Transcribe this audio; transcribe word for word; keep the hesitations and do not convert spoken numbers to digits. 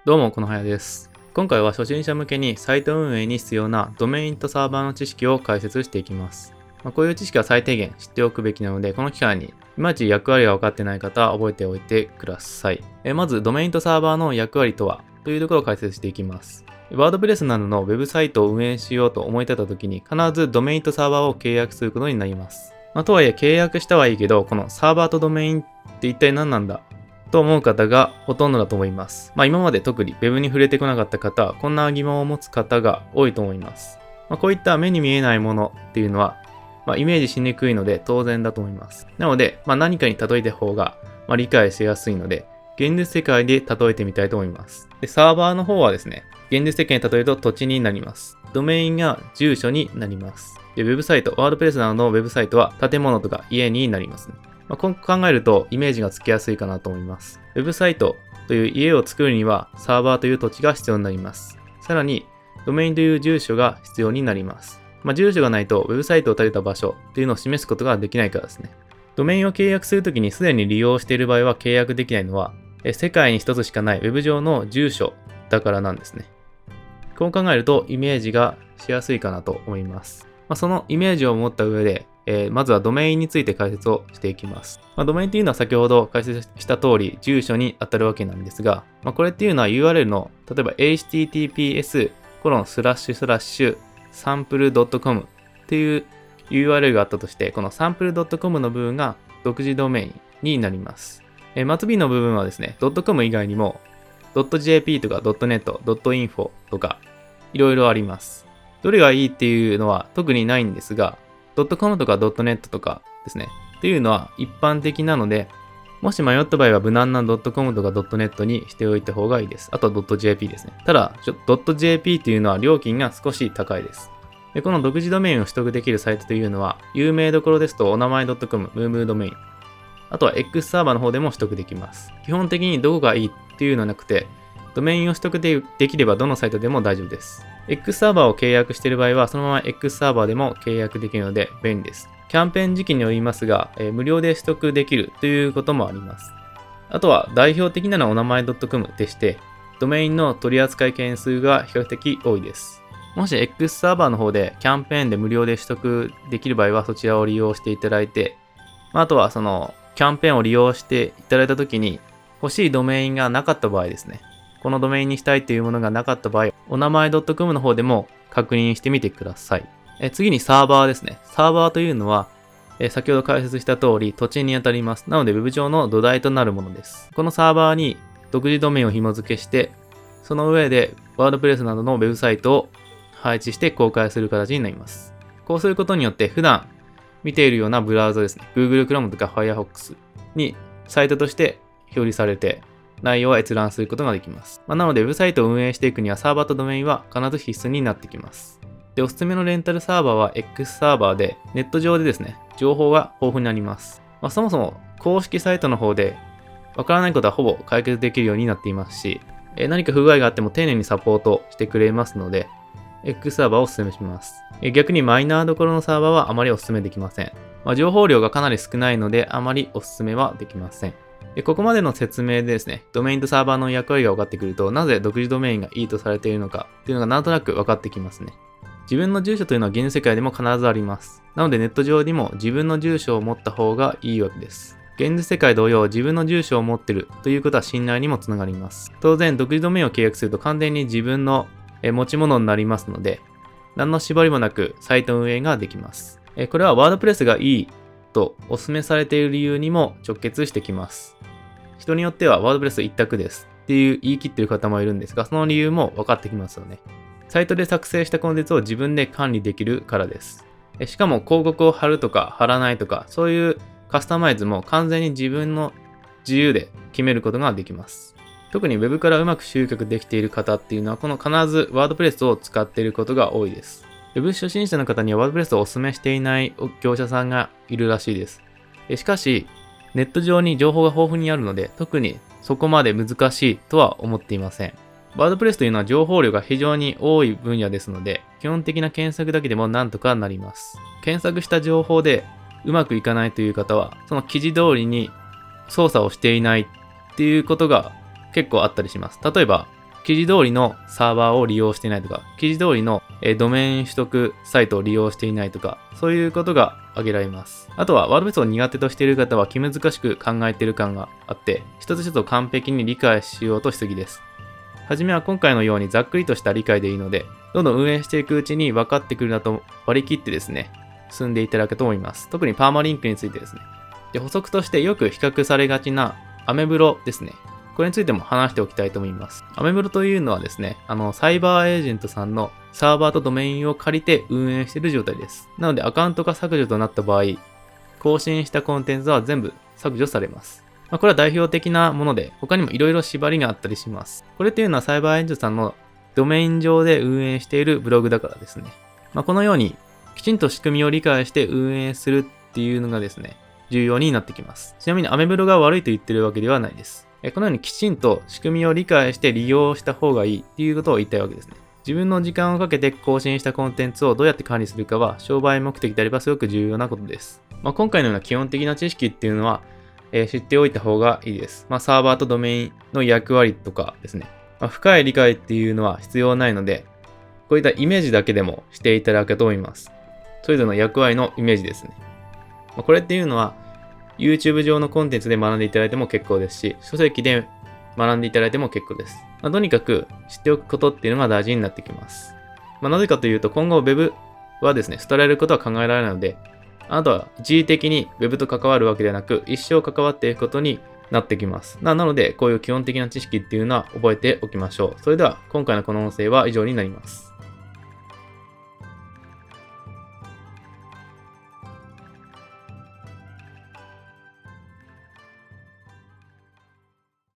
どうも、このはやです。今回は初心者向けにサイト運営に必要なドメインとサーバーの知識を解説していきます。まあ、こういう知識は最低限知っておくべきなので、この機会にいまいち役割が分かってない方は覚えておいてください。えまず、ドメインとサーバーの役割とはというところを解説していきます。ワードプレスなどのウェブサイトを運営しようと思い立った時に必ずドメインとサーバーを契約することになります。まあ、とはいえ契約したはいいけど、このサーバーとドメインって一体何なんだと思う方がほとんどだと思います。まあ今まで特に Web に触れてこなかった方はこんな疑問を持つ方が多いと思います。まあ、こういった目に見えないものっていうのは、まあ、イメージしにくいので当然だと思います。なので、まあ、何かに例えた方が、まあ、理解しやすいので、現実世界で例えてみたいと思います。で、サーバーの方はですね、現実世界に例えると土地になります。ドメインが住所になります。で、ウェブサイト、ワードプレスなどのウェブサイトは建物とか家になりますね。まあ、こう考えるとイメージがつきやすいかなと思います。ウェブサイトという家を作るにはサーバーという土地が必要になります。さらにドメインという住所が必要になります。まあ、住所がないとウェブサイトを建てた場所というのを示すことができないからですね。ドメインを契約するときにすでに利用している場合は契約できないのは世界に一つしかないウェブ上の住所だからなんですね。こう考えるとイメージがしやすいかなと思います。まあ、そのイメージを持った上でえー、まずはドメインについて解説をしていきます。まあ、ドメインというのは先ほど解説した通り住所に当たるわけなんですが、まあ、これっていうのは ユーアールエル の例えば エイチティーティーピーエス コロンスラッシュスラッシュサンプル ドットコム っていう ユーアールエル があったとして、このサンプル ドットコム の部分が独自ドメインになります。えー、末尾の部分はですね、.com 以外にも .jp とか .net、.info とかいろいろあります。どれがいいっていうのは特にないんですが、.com とか .net とかですね。っていうのは一般的なので、もし迷った場合は無難な .com とか .net にしておいた方がいいです。あとは .jp ですね。ただ、.jp っていうのは料金が少し高いです。で、この独自ドメインを取得できるサイトというのは、有名どころですとお名前 .com、ムームードメイン。あとは X サーバーの方でも取得できます。基本的にどこがいいっていうのはなくて、ドメインを取得できればどのサイトでも大丈夫です。X サーバーを契約している場合は、そのまま X サーバーでも契約できるので便利です。キャンペーン時期によりますが、えー、無料で取得できるということもあります。あとは代表的なのはお名前 .com でして、ドメインの取扱件数が比較的多いです。もし X サーバーの方でキャンペーンで無料で取得できる場合はそちらを利用していただいて、あとはそのキャンペーンを利用していただいたときに欲しいドメインがなかった場合ですね。このドメインにしたいというものがなかった場合、お名前 .com の方でも確認してみてください。え次にサーバーですね。サーバーというのは、え先ほど解説した通り土地にあたります。なので Web 上の土台となるものです。このサーバーに独自ドメインを紐付けして、その上で WordPress などの Web サイトを配置して公開する形になります。こうすることによって普段見ているようなブラウザですね。Google Chrome とか Firefox にサイトとして表示されて、内容は閲覧することができます。まあ、なので、ウェブサイトを運営していくにはサーバーとドメインは必ず必須になってきます。で、おすすめのレンタルサーバーは X サーバーで、ネット上でですね、情報が豊富になります。まあ、そもそも公式サイトの方で、わからないことはほぼ解決できるようになっていますし、え何か不具合があっても丁寧にサポートしてくれますので、X サーバーをおすすめします。え逆にマイナーどころのサーバーはあまりおすすめできません。まあ、情報量がかなり少ないので、あまりおすすめはできません。でここまでの説明でですね、ドメインとサーバーの役割が分かってくると、なぜ独自ドメインがいいとされているのかっていうのがなんとなく分かってきますね。自分の住所というのは現世界でも必ずあります。なのでネット上にも自分の住所を持った方がいいわけです。現実世界同様、自分の住所を持っているということは信頼にもつながります。当然、独自ドメインを契約すると完全に自分の持ち物になりますので、何の縛りもなくサイト運営ができます。これはワードプレスがいいとお勧めされている理由にも直結してきます。人によってはワードプレス一択ですっていう言い切っている方もいるんですが、その理由も分かってきますよね。サイトで作成したコンテンツを自分で管理できるからです。しかも広告を貼るとか貼らないとか、そういうカスタマイズも完全に自分の自由で決めることができます。特に Web からうまく集客できている方っていうのは、この必ずワードプレスを使っていることが多いです。Web 初心者の方にはワードプレスをお勧めしていない業者さんがいるらしいです。しかし、ネット上に情報が豊富にあるので、特にそこまで難しいとは思っていません。ワードプレスというのは情報量が非常に多い分野ですので、基本的な検索だけでもなんとかなります。検索した情報でうまくいかないという方は、その記事通りに操作をしていないっていうことが結構あったりします。例えば、 記事通りのサーバーを利用していないとか、記事通りのドメイン取得サイトを利用していないとか、そういうことが挙げられます。あとは、ワードプレスを苦手としている方は気難しく考えている感があって、一つ一つを完璧に理解しようとしすぎです。はじめは今回のようにざっくりとした理解でいいので、どんどん運営していくうちに分かってくるなと割り切ってですね、進んでいただけると思います。特にパーマリンクについてですね。で、補足としてよく比較されがちなアメブロですね。これについても話しておきたいと思います。アメブロというのはですね、あの、サイバーエージェントさんのサーバーとドメインを借りて運営している状態です。なのでアカウントが削除となった場合、更新したコンテンツは全部削除されます。まあ、これは代表的なもので、他にも色々縛りがあったりします。これっていうのはサイバーエージェントさんのドメイン上で運営しているブログだからですね。まあ、このようにきちんと仕組みを理解して運営するっていうのがですね、重要になってきます。ちなみにアメブロが悪いと言ってるわけではないです。このようにきちんと仕組みを理解して利用した方がいいっていうことを言いたいわけですね。自分の時間をかけて更新したコンテンツをどうやって管理するかは商売目的であればすごく重要なことです。まあ、今回のような基本的な知識っていうのは、えー、知っておいた方がいいです。まあ、サーバーとドメインの役割とかですね。まあ、深い理解っていうのは必要ないので、こういったイメージだけでもしていただけると思います。それぞれの役割のイメージですね。まあ、これっていうのは、YouTube 上のコンテンツで学んでいただいても結構ですし、書籍で学んでいただいても結構です。まあ、とにかく知っておくことっていうのが大事になってきます。まあ、なぜかというと、今後 Web はですね、廃れることは考えられないので、あなたは一時的に Web と関わるわけではなく、一生関わっていくことになってきます。なので、こういう基本的な知識っていうのは覚えておきましょう。それでは、今回のこの音声は以上になります。